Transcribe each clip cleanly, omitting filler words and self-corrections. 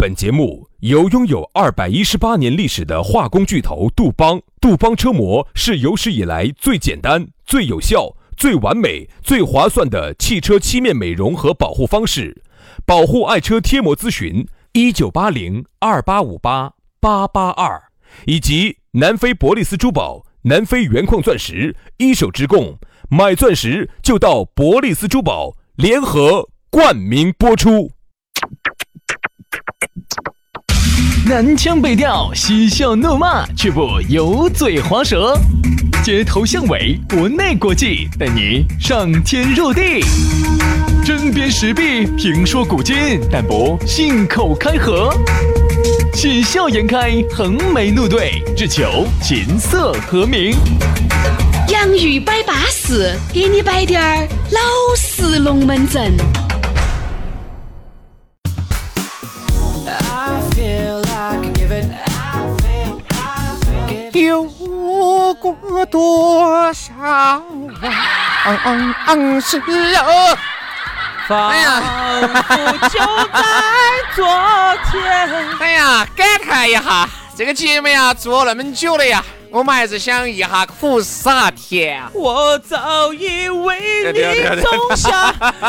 本节目由拥有218年历史的化工巨头杜邦车膜是有史以来最简单、最有效、最完美、最划算的汽车漆面美容和保护方式。保护爱车贴膜咨询198028588882，以及南非伯利斯珠宝、南非原矿钻石一手直供，买钻石就到伯利斯珠宝，联合冠名播出。 南腔北调，嬉笑怒骂，却不油嘴滑舌，街头巷尾，国内国际，带你上天入地，针砭时弊，评说古今，但不信口开河，喜笑颜开，横眉怒对，只求琴瑟和鸣。 洋芋摆巴士，给你摆点儿老式龙门阵。 有过多少是哦， 仿佛就在昨天。 哎呀，感慨一下，这个节目呀做那么久了呀，我们还是想一下苦啥甜啊。 我早已为你种下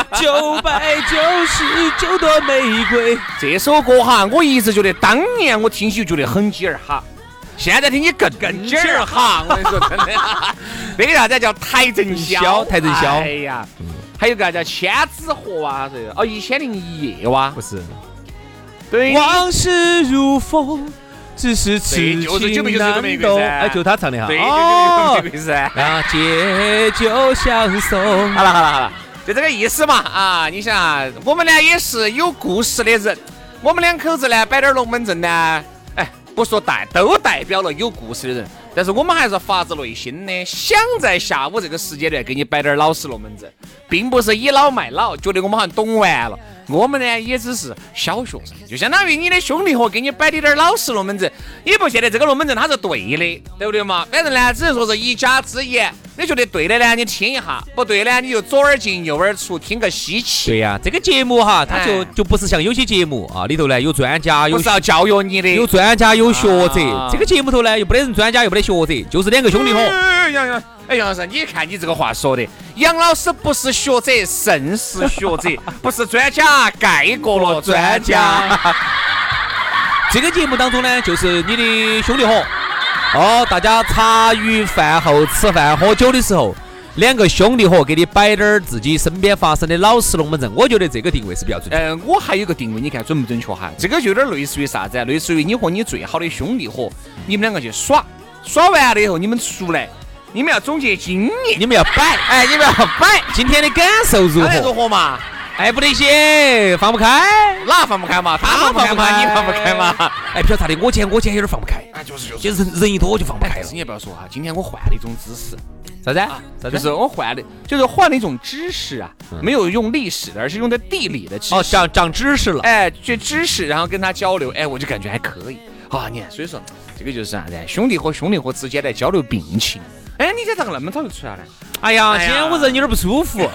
999朵玫瑰。 这首歌哈，我一直觉得当年我听起觉得很劲儿哈，现在听你更劲儿哈，我跟你说真的。那个啥子叫邰正宵？ 邰正宵。 哎呀，还有个叫千纸鹤啊，这哦1001夜哇， 不是。 对， 往事如风，只是痴情难懂。哎，就他唱的哈。 对，就是玫瑰噻。 啊，借酒相送。 好了，就这个意思嘛啊！你想啊，我们呢也是有故事的人，我们两口子呢摆点龙门阵呢，哎，不说都代表了有故事的人，但是我们还是发自内心的想在下午这个时间段给你摆点老实龙门阵，并不是倚老卖老，觉得我们好像懂完了。我们呢也只是小学生，就相当于你的兄弟伙给你摆的点老实龙门阵，也不见得这个龙门阵它是对的，对不对嘛？反正呢，只能说是一家之言。你觉得对的呢，你听一下；不对呢，你就左耳进右耳出，听个稀奇。 对呀，这个节目哈，它就不是像有些节目啊，里头呢有专家， 不是要教育你的， 有专家有学者。这个节目头呢又不得人专家，又不得学者，就是两个兄弟伙。 杨老师，你看你这个话说的，杨老师不是学者胜是学者，不是专家盖过了专家。 这个节目当中呢，就是你的兄弟伙哦，大家茶余饭后吃饭喝酒的时候，两个兄弟伙给你摆点自己身边发生的老实龙门阵，我觉得这个定位是比较准确。 我还有一个定位，你看准不准确哈？这个就有点类似于啥子？类似于你和你最好的兄弟伙，你们两个去耍完了以后，你们出来。你们要总结经验， 你们要摆， 哎，你们要摆今天的感受如何？ 如何嘛？ 哎，不得行，放不开， 哪放不开嘛？他放不开嘛？你放不开嘛？ 哎，不要咋的，我今天有点放不开， 哎，就是人一多就放不开了。 你也不要说哈，今天我换了一种姿势， 啥子？ 就是我换了一种知识啊，没有用历史的，而是用的地理的知识。 哦，长知识了。 哎，这知识，然后跟他交流，哎，我就感觉还可以啊。你看，所以说这个就是啥子？兄弟和兄弟伙之间来交流病情。哎，你这咋个那么早就出来了？ 哎呀，今天我人有点不舒服。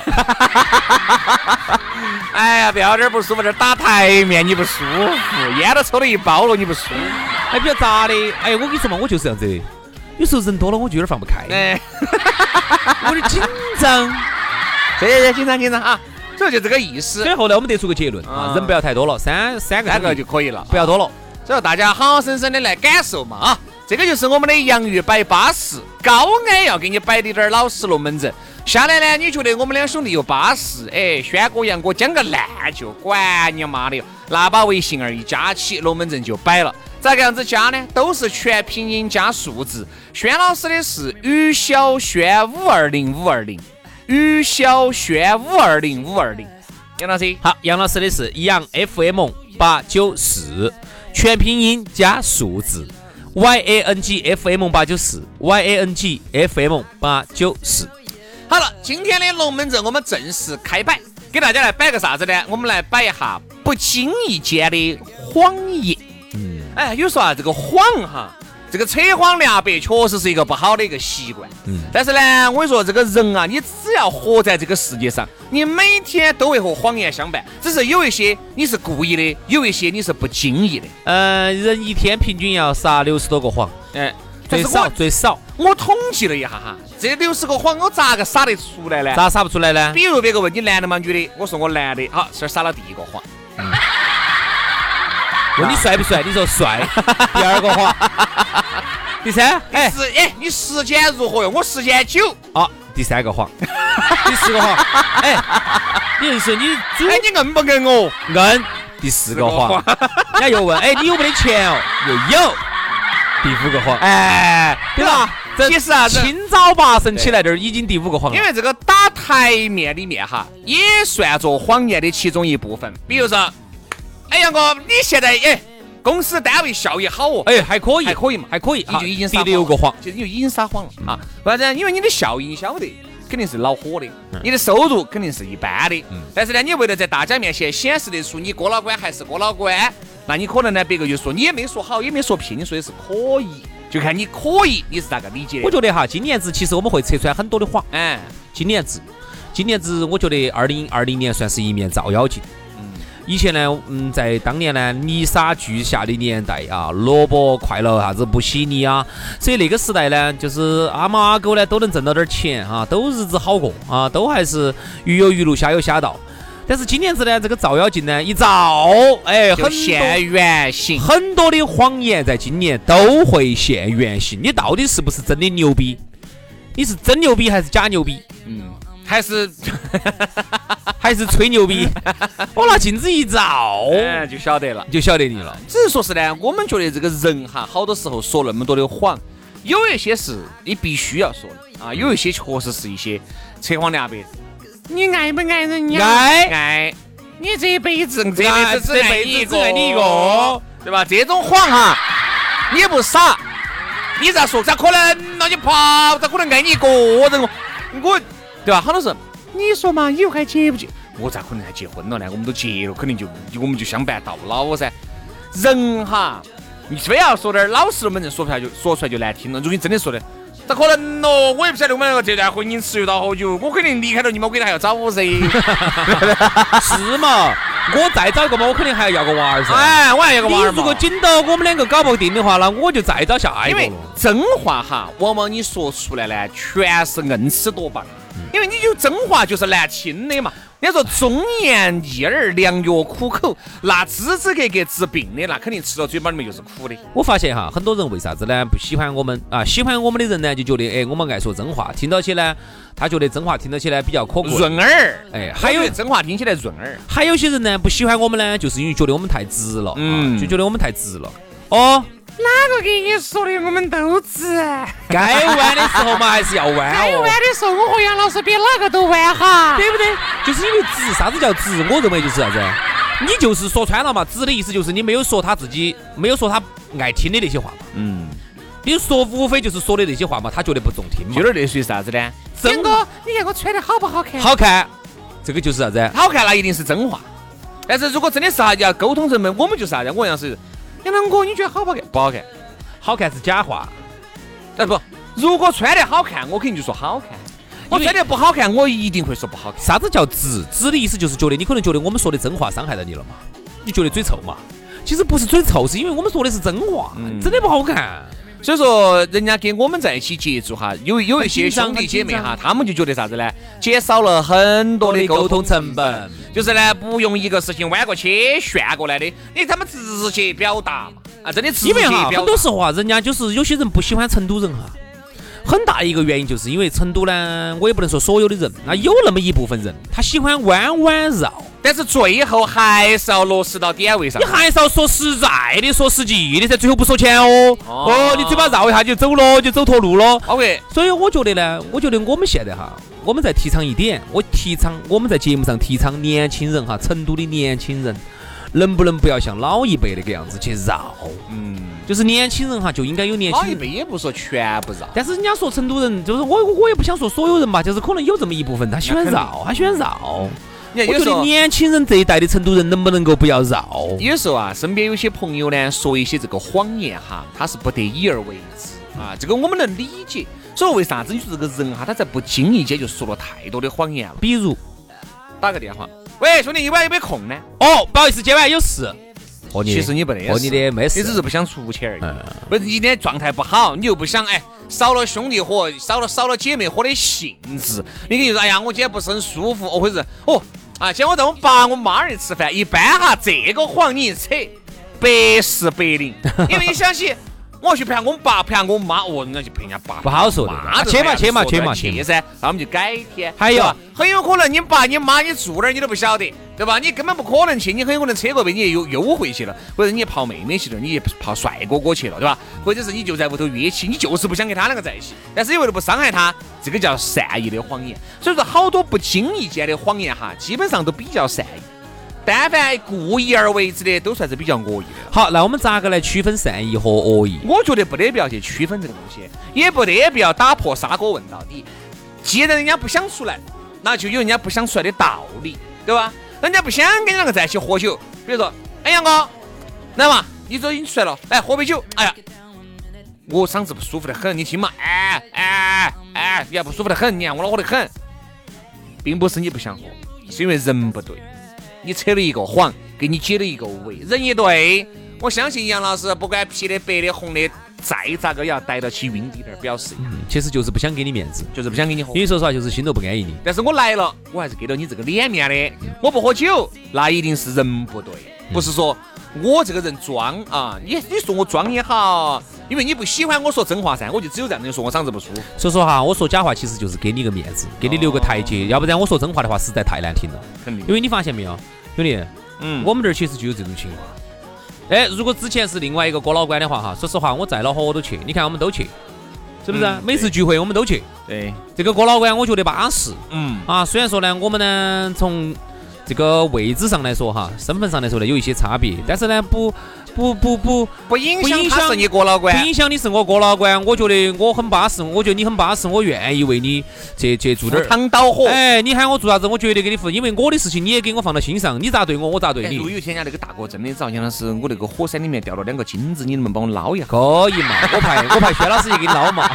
哎呀，不要点不舒服，这打台面你不舒服，烟都抽了一包了你不舒服。 哎，比较杂的。哎，我跟你说嘛，我就是这样子的。有时候人多了，我就有点放不开。 哎， 我有点紧张。 对，紧张啊！所以就这个意思。 所以后来我们得出个结论啊，人不要太多了，三个就可以了， 不要多了。 所以大家好好生生的来感受嘛啊！这个就是我们的洋芋摆巴适，高矮要给你摆的点老实龙门阵。下来呢，你觉得我们两兄弟又巴适，哎，轩哥杨哥讲个烂就管你妈的，拿把微信儿一加起，龙门阵就摆了。咋个样子加呢？都是全拼音加数字。轩老师的是于小轩520520，于小轩520520。杨老师好，杨老师的是杨 FM894，全拼音加数字。YANGFM894 YANGFM894。 好了，今天的龙门阵我们正式开摆，给大家来摆个啥子呢？我们来摆一下不经意间的谎言。哎，有时候啊，这个谎哈， 这个扯谎亮白确实是一个不好的一个习惯。但是呢，我跟你说，这个人啊，你只要活在这个世界上，你每天都会和谎言相伴，只是有一些你是故意的，有一些你是不经意的。 人一天平均要撒60多个谎，最少。 我统计了一下哈，这60个谎我咋个撒得出来呢？ 咋撒不出来呢？ 比如别个问你男的吗女的，我说我男的，好，这撒了第一个谎。 问你帅不帅？你说帅。第二个谎。第三， 你时间如何哟？我时间久。 第三个谎。第四个谎。你认识你？ 你硬不硬哦？ 硬。第4个谎。人家又问，你有没得钱哦？又有。第5个谎。对吧？ 其实啊， 清早拔升起来这儿已经第5个谎了。 因为这个打台面里面哈，也算作谎言的其中一部分。比如说，杨哥，你现在公司单位效益好哦， 还可以嘛，还可以， 你就已经第6个谎， 其实你就已经撒谎了啊。为啥子？因为你的效益你晓得肯定是恼火的，你的收入肯定是一般的，但是呢，你为了在大家面前显示得出你郭老倌还是郭老倌，那你可能呢，别个就说你也没说好，也没说屁，你说的是可以，就看你可以你是咋个理解的。 我觉得哈，今年子其实我们会拆穿很多的谎。今年子我觉得2020年算是一面照妖镜。以前呢，在当年呢，泥沙俱下的年代啊，萝卜快了啥子不洗泥啊，所以那个时代呢，就是阿猫阿狗呢都能挣到点钱啊，都日子好过啊，都还是鱼有鱼路，虾有虾道。但是今年子呢，这个照妖镜呢一照，很现原形， 很多的谎言在今年都会现原形。你到底是不是真的牛逼？你是真牛逼还是假牛逼？ 还是吹牛逼？我拿镜子一照， 就晓得了， 就晓得你了。 只是说是呢，我们觉得这个人哈，好多时候说那么多的谎，有一些是你必须要说的啊，有一些确实是一些扯谎两白。你爱不爱人家？爱。你这辈子只爱你一个，对吧？这种谎哈，你也不傻，你咋说？咋可能？那你跑，咋可能爱你一个人？我。对吧？好多时候你说嘛，以后还结不结？我咋可能还结婚了呢？我们都结了，肯定我们就相伴到老噻。人哈，你非要说点老实门人说出来就难听了。如果你真的说的，咋可能咯？我也不晓得我们这段婚姻持续到好久，我肯定离开了你们，我肯定还要找我噻。 是嘛？我再找一个嘛，我肯定还要个娃儿噻。 我还要个娃儿嘛。 你如果紧到我们2个搞不定的话，那我就再找下一个了。因为真话哈，往往你说出来呢，全是硬吃多棒。因为你就真话就是难听的嘛。人家说忠言逆耳，良药苦口，那支格治病的，那肯定吃到嘴巴里面就是苦的。 我发现哈，很多人为啥子呢不喜欢我们啊？喜欢我们的人呢，就觉得我们爱说真话，听到起呢，他觉得真话听到起来比较可贵， 润耳。 还有真话听起来润耳。 还有些人呢不喜欢我们呢，就是因为觉得我们太直了，就觉得我们太直了。 哪个给你说的？我们都直， 该弯的时候嘛还是要弯该弯的时候我和杨老师比哪个都弯哈， 对不对？就是因为直，啥子叫直？我认为就是啥子？你就是说穿了嘛，直的意思就是你没有说他自己，没有说他爱听的那些话嘛。你说无非就是说的那些话嘛，他觉得不中听嘛。 有点类似于啥子呢？杨哥，你看我穿的好不好看？ 好看，这个就是啥子？ 好看那一定是真话。但是如果真的是啥要沟通成本，我们就是啥子？我杨是。杨龙哥，你觉得好不好看？不好看， 好看是假话。 不，如果穿得好看，我肯定就说好看；我穿得不好看，我一定会说不好看。 啥子叫直？直的意思就是觉得你可能觉得我们说的真话伤害到你了嘛？你觉得嘴臭嘛？其实不是嘴臭，是因为我们说的是真话，真的不好看。 所以说，人家跟我们在一起接触哈，有一些兄弟姐妹哈，他们就觉得啥子呢？减少了很多的沟通成本，就是呢，不用一个事情弯过去旋过来的，你他们直接表达嘛，啊，真的直接表达。 因为很多时候啊，人家就是有些人不喜欢成都人哈，很大一个原因就是因为成都呢，我也不能说所有的人，那有那么一部分人，他喜欢弯弯绕。 但是最后还是要落实到点位上， 你还是要说实在的，说实际的，在最后不说钱哦。你嘴巴绕一下就走了，就走脱路了。 OK， 所以我觉得呢，我们现在哈，我们在提倡一点，我们在节目上提倡年轻人哈，成都的年轻人能不能不要像老一辈那个样子去绕？就是年轻人哈，就应该有年轻人。 老一辈也不说全部绕， 但是人家说成都人，就是我也不想说所有人嘛，就是可能有这么一部分他喜欢绕， 我觉得年轻人这一代的成都人能不能够不要绕？ 有时候啊，身边有些朋友呢，说一些这个谎言哈，他是不得已而为之啊，这个我们能理解。所以为啥子你说这个人哈，他在不经意间就说了太多的谎言了？ 比如打个电话，喂，兄弟，一晚有没有空呢？ 哦，不好意思，今晚有事。 其实你不得和你的没事， 你只是不想出去而已。不是你的状态不好，你又不想少了兄弟伙，少了姐妹伙的兴致。你跟你说，哎呀，我今天不是很舒服，或者是今天我带我爸我妈儿吃饭。一般哈，这个谎你一扯，百试百灵，因为你想起。我要去陪我爸，陪我妈，人家去陪人家爸， 不好说的。去嘛， 噻，那我们就改天。 还有， 很有可能你爸你妈你住哪儿你都不晓得，对吧？你根本不可能去，你很有可能扯过去，你也有优惠去了，或者你也泡妹妹去了，你也泡帅哥哥去了，对吧？或者是你就在屋头约起，你就是不想跟他两个在一起，但是为了不伤害他，这个叫善意的谎言。所以说，好多不经意间的谎言哈，基本上都比较善意。但凡故意而为之的，都算是比较恶意的。 好，那我们咋个来区分善意和恶意？ 我觉得不得必要去区分这个东西，也不得必要打破砂锅问到底。既然人家不想出来，那就有人家不想出来的道理，对吧？人家不想跟你两个在一起喝酒，比如说，杨哥，来嘛，你都已经出来了，来喝杯酒。哎呀，我嗓子不舒服得很，你听嘛，你还不舒服得很，你看我恼火得很，并不是你不想喝，是因为人不对。你扯了一个谎，给你解了一个围，人一对，我相信杨老师不管皮的、白的、红的，再咋个也要带到起晕滴点表示。 其实就是不想给你面子， 就是不想给你喝。 你说实话，就是心头不安逸你。 但是我来了，我还是给了你这个脸面的。我不喝酒，那一定是人不对，不是说我这个人装啊。你说我装也好，因为你不喜欢我说真话噻，我就只有这样的说我嗓子不舒服。 说实话，我说假话其实就是给你个面子，给你留个台阶，要不然我说真话的话实在太难听了。 肯定。 因为你发现没有，兄弟，我们这儿其实就有这种情况。如果之前是另外一个郭老倌的话哈，说实话，我再恼火我都去。你看我们都去，是不是？每次聚会我们都去。 对， 这个郭老倌我觉得巴适。虽然说呢，我们呢从这个位置上来说哈，身份上来说呢有一些差别，但是呢不影响他是你郭老倌， 不影响你是我郭老倌。我觉得我很巴适，我觉得你很巴适，我愿意为你去做点赴汤蹈火。 你喊我做啥子，我绝对给你付，因为我的事情你也给我放到心上，你咋对我，我咋对你。 如果有一天人家那个大哥真的找杨老师，我那个火山里面掉了2个金子，你能不能帮我捞一下？ 可以嘛，我派薛老师也给你捞嘛。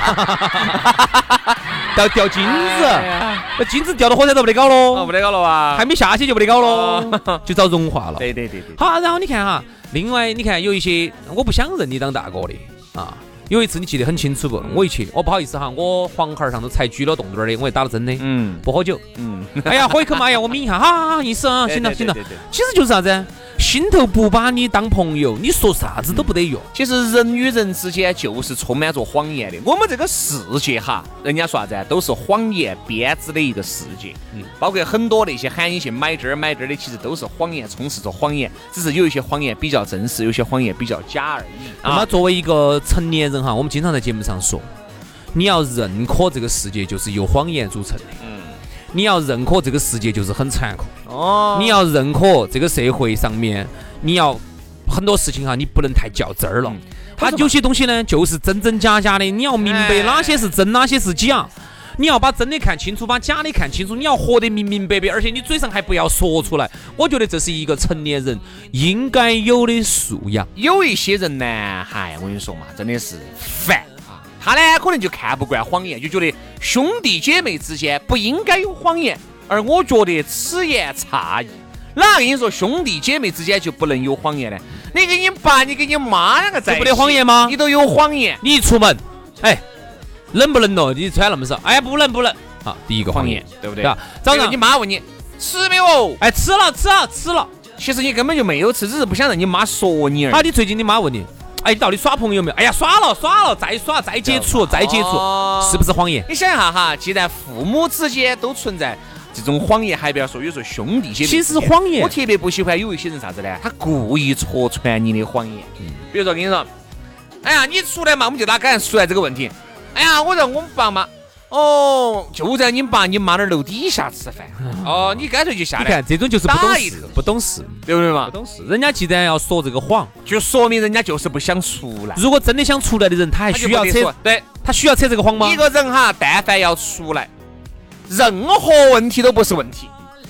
掉金子，金子掉到火山都不得搞喽， 不得搞了啊， 还没下去就不得搞喽，就遭融化了。 对。 好，然后你看哈，另外你看有一些我不想认你当大哥的啊。有一次你记得很清楚不？我一去，我不好意思哈，我黄孩上头才举了动作的，我也打了针的，不喝酒，哎呀，喝一口嘛，哎呀，我抿一下，好，意思啊，行了。其实就是啥子？心头不把你当朋友，你说啥子都不得用。 其实人与人之间就是充满着谎言的。我们这个世界哈，人家说啥子都是谎言编织的一个世界。包括很多那些喊你去买这儿买这儿的，其实都是谎言充斥着谎言，只是有一些谎言比较真实，有些谎言比较假而已。 那么作为一个成年人哈，我们经常在节目上说，你要认可这个世界就是由谎言组成的。你要认可这个世界就是很残酷你要认可这个社会上面，你要很多事情哈，你不能太较真儿了。它有些东西呢，就是真真假假的，你要明白哪些是真，哪些是假。你要把真的看清楚，把假的看清楚，你要活得明明白白，而且你嘴上还不要说出来。我觉得这是一个成年人应该有的素养。 有一些人呢，我跟你说嘛，真的是烦。他呢可能就看不惯谎言，就觉得兄弟姐妹之间不应该有谎言，而我觉得此言差矣。哪跟你说兄弟姐妹之间就不能有谎言呢？你跟你爸你跟你妈两个在一起， 不得谎言吗？ 你都有谎言。 你一出门冷不冷咯？你穿那么少，不冷好，第一个谎言， 对不对？ 早上你妈问你吃没有？ 吃了， 其实你根本就没有吃，只是不想让你妈说你而已。 好，你最近你妈问你你到底耍朋友没有？耍了，再耍，再接触，是不是谎言？ 你想一下哈，既然父母之间都存在这种谎言，还不要说有时候兄弟姐妹， 其实谎言， 我特别不喜欢有一些人啥子呢？他故意戳穿你的谎言。比如说跟你说，哎呀，你出来嘛，我们就哪敢出来这个问题？哎呀，我让我们爸妈。就在你爸你妈那儿楼底下吃饭。你干脆就下来。 你看这种就是不懂事， 对不对嘛？ 不懂事。人家既然要说这个谎， 就说明人家就是不想出来。 如果真的想出来的人，他还需要扯， 对， 他需要扯这个谎吗？ 一个人哈，但凡要出来，任何问题都不是问题。我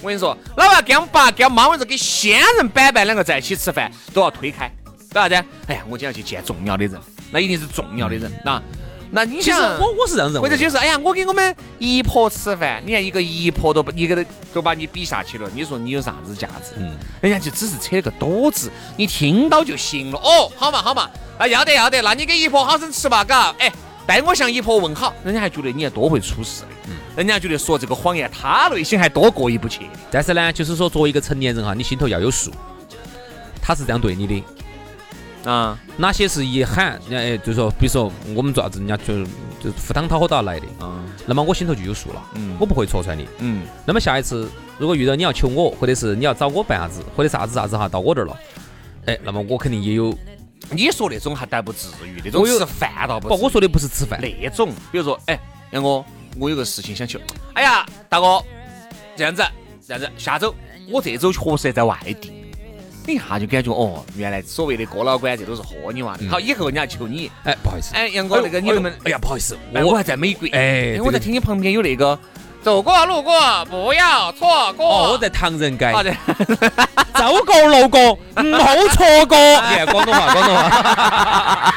我跟你说，哪怕跟爸跟妈或者跟先人板板两个在一起吃饭，都要推开。干啥子？哎呀，我今天要去见重要的人，那一定是重要的人啊。那你想， 我是这样认为， 或者就是，哎呀，我给我们姨婆吃饭，你看一个姨婆都把你比下去了，你说你有啥子价值？人家就只是扯个多字，你听到就行了。哦，好嘛，啊，要得，那你给姨婆好生吃吧，嘎，哎，待我向姨婆问好，人家还觉得你也多会处事的，人家觉得说这个谎言，他内心还多过意不去。 但是呢，就是说作为一个成年人哈，你心头要有数，他是这样对你的。啊，哪些是一喊，就说，比如说我们做啥子，人家就赴汤蹈火都要来的，那么我心头就有数了，我不会戳穿你，那么下一次如果遇到你要求我，或者是你要找我办啥子，或者啥子哈到我这儿了，哎，那么我肯定也有。 你说那种还倒不至于，那种吃饭倒不。 我说的不是吃饭那种，比如说，哎，杨哥，我有个事情想求，哎呀，大哥，这样子，下周我这周确实在外地。你一下就感觉哦，原来所谓的哥老倌这都是喝你娃的。好，以后人家求你， 哎，不好意思， 哎，杨哥，那个你们， 哎呀，不好意思， 我还在美国， 哎， 我在听你旁边有那个走过路过不要错过。 哦，我在唐人街。 好的， 走过路过唔好錯過。你係廣東話，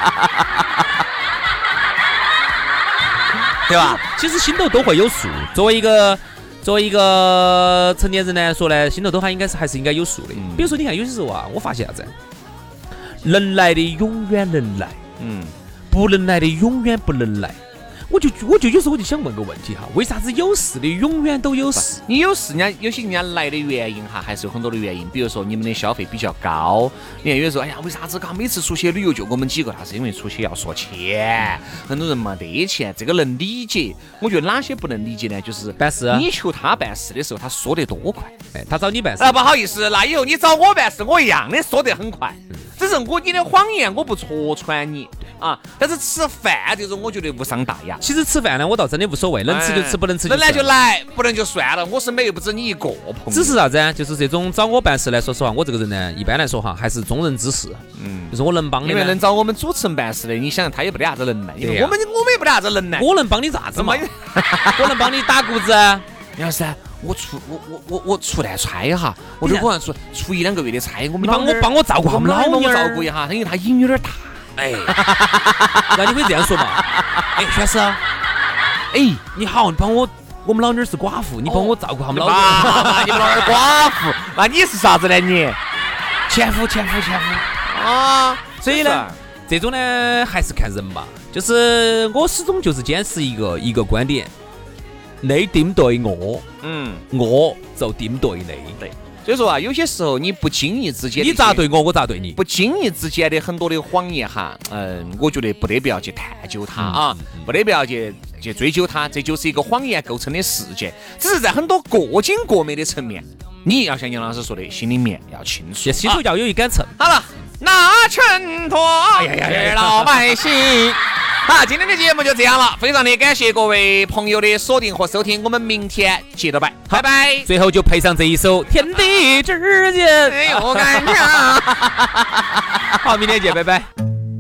對吧？其實心頭都會有數。作為一個成年人來說呢，心頭都還是應該有數的。比如說，你看有些時候啊，我發現啥子？能來的永遠能來，不能來的永遠不能來。我就有时候我就想问个问题哈，为啥子有事的永远都有事？ 你有事，有些人家来的原因哈，还是有很多的原因。比如说你们的消费比较高，你看有人说，哎呀，为啥子每次出去旅游就我们几个？那是因为出去要说钱，很多人没得钱，这个能理解。我觉得哪些不能理解呢？就是办事， 你求他办事的时候，他说得多快， 哎，他找你办事， 不好意思，那以后你找我办事，我一样的说得很快。只是你的谎言我不戳穿你啊，但是吃饭这种我觉得无伤大雅。 其实吃饭呢，我倒真的无所谓，能吃就吃，不能吃就能来就来，不能就算了。我是没有不止你一个朋友。 只是啥子啊？就是这种找我办事呢，说实话，我这个人呢，一般来说哈，还是中人之事。就是我能帮你。 因为能找我们主持人办事的，你想他也不得啥子能耐，因为我们也不得啥子能耐。 我能帮你啥子嘛？我能帮你打谷子。 杨老师，我出来差一下，我就可能出1-2个月的差， 你帮我照顾我们老妞儿， 照顾一下，因为他瘾有点大。 哎，那你会这样说嘛？哎，轩师，哎，你好，你帮我们老妞儿是寡妇，你帮我照顾他们老妞儿。 你们老妞儿寡妇，那你是啥子呢？你前夫啊！所以呢，这种呢还是看人吧。就是我始终就是坚持一个观点。你點對我，我就點對你。 对，所以说啊，有些时候你不經意之間， 你咋對我，我咋對你， 不經意之間的很多的謊言哈，我覺得不得不要去探究它啊，不得不要去追究它，這就是一個謊言構成的事件。只是在很多過經過美的層面，你要像楊老師說的，心裏面要清楚， 心頭要有一杆秤。 好了，那襯托給老百姓。好，今天的节目就这样了，非常的感謝各位朋友的鎖定和收聽，我們明天接着拜，拜拜。 最後就配上這一首《天地之間》， 有感情。 好，明天見，拜拜。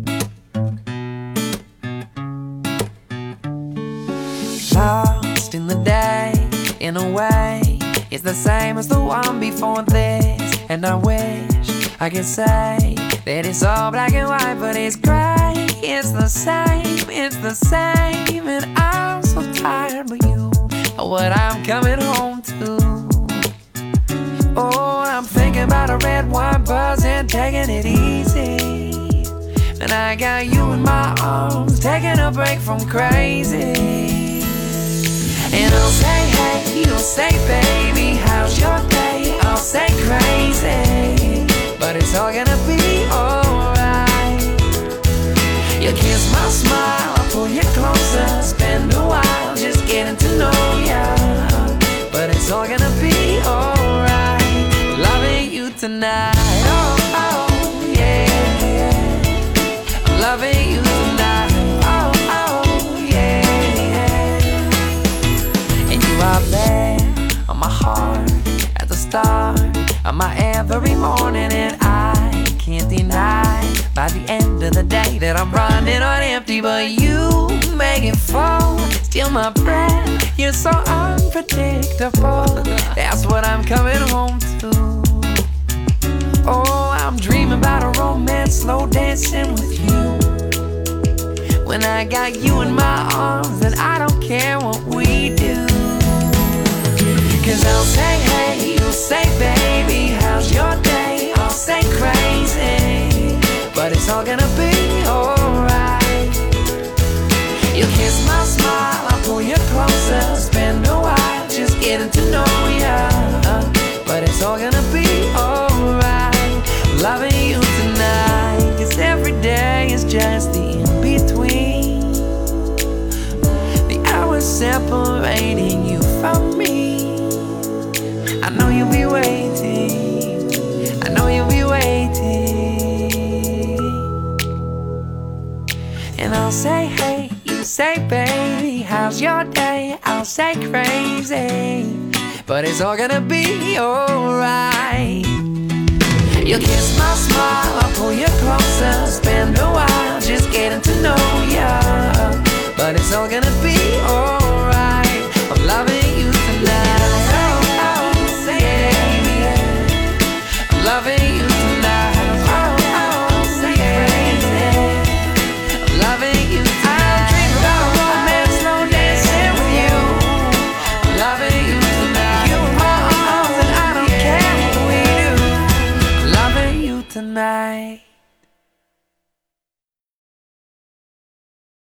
Lost in the day, in a way, it's the same as the one before this, and I wish I could say that it's all black and white, but it's gray. It's the same, and I'm so tired, but you are what I'm coming home to. Oh, I'm thinking about a red wine buzz and taking it easy. And I got you in my arms, taking a break from crazy. And I'll say, hey, you'll say, baby, how's your day? I'll say crazy, but it's all gonna be alright. You kiss my smile, I'll pull you closer, spend a while just getting to know ya. But it's all gonna be alright, loving you tonight. Oh, oh, yeah, yeah. I'm loving you tonight. Oh, oh, yeah, yeah. And you are there on my heart at the start of my every morning, and I can't deny by the end of the day that I'm running on empty, but you make it fall, steal my breath. You're so unpredictable. That's what I'm coming home to. Oh, I'm dreaming about a romance, slow dancing with you. When I got you in my arms, then I don't care what we do. Cause I'll say hey, you'll say baby, how's your day? I'll say crazy, but it's all gonna be alright. You'll kiss my smile, I'll pull you closer, spend a while just getting to know ya. But it's all gonna be alright, loving you tonight. Cause every day is just the in-between, the hours separating you from me. I know you'll be waiting, I know you'll be waiting. And I'll say hey, you say baby, how's your day? I'll say crazy, but it's all gonna be alright. You'll kiss my smile, I'll pull you closer, spend a while just getting to know ya. But it's all gonna be alright, I'm loving you tonight. Oh, say baby, I'm loving you tonight. Oh, say crazy, I'm loving you tonight. I'm dreaming about a romance, slow dancing with you. I'm loving you tonight. You in my arms and I don't care what we do. I'm loving you tonight.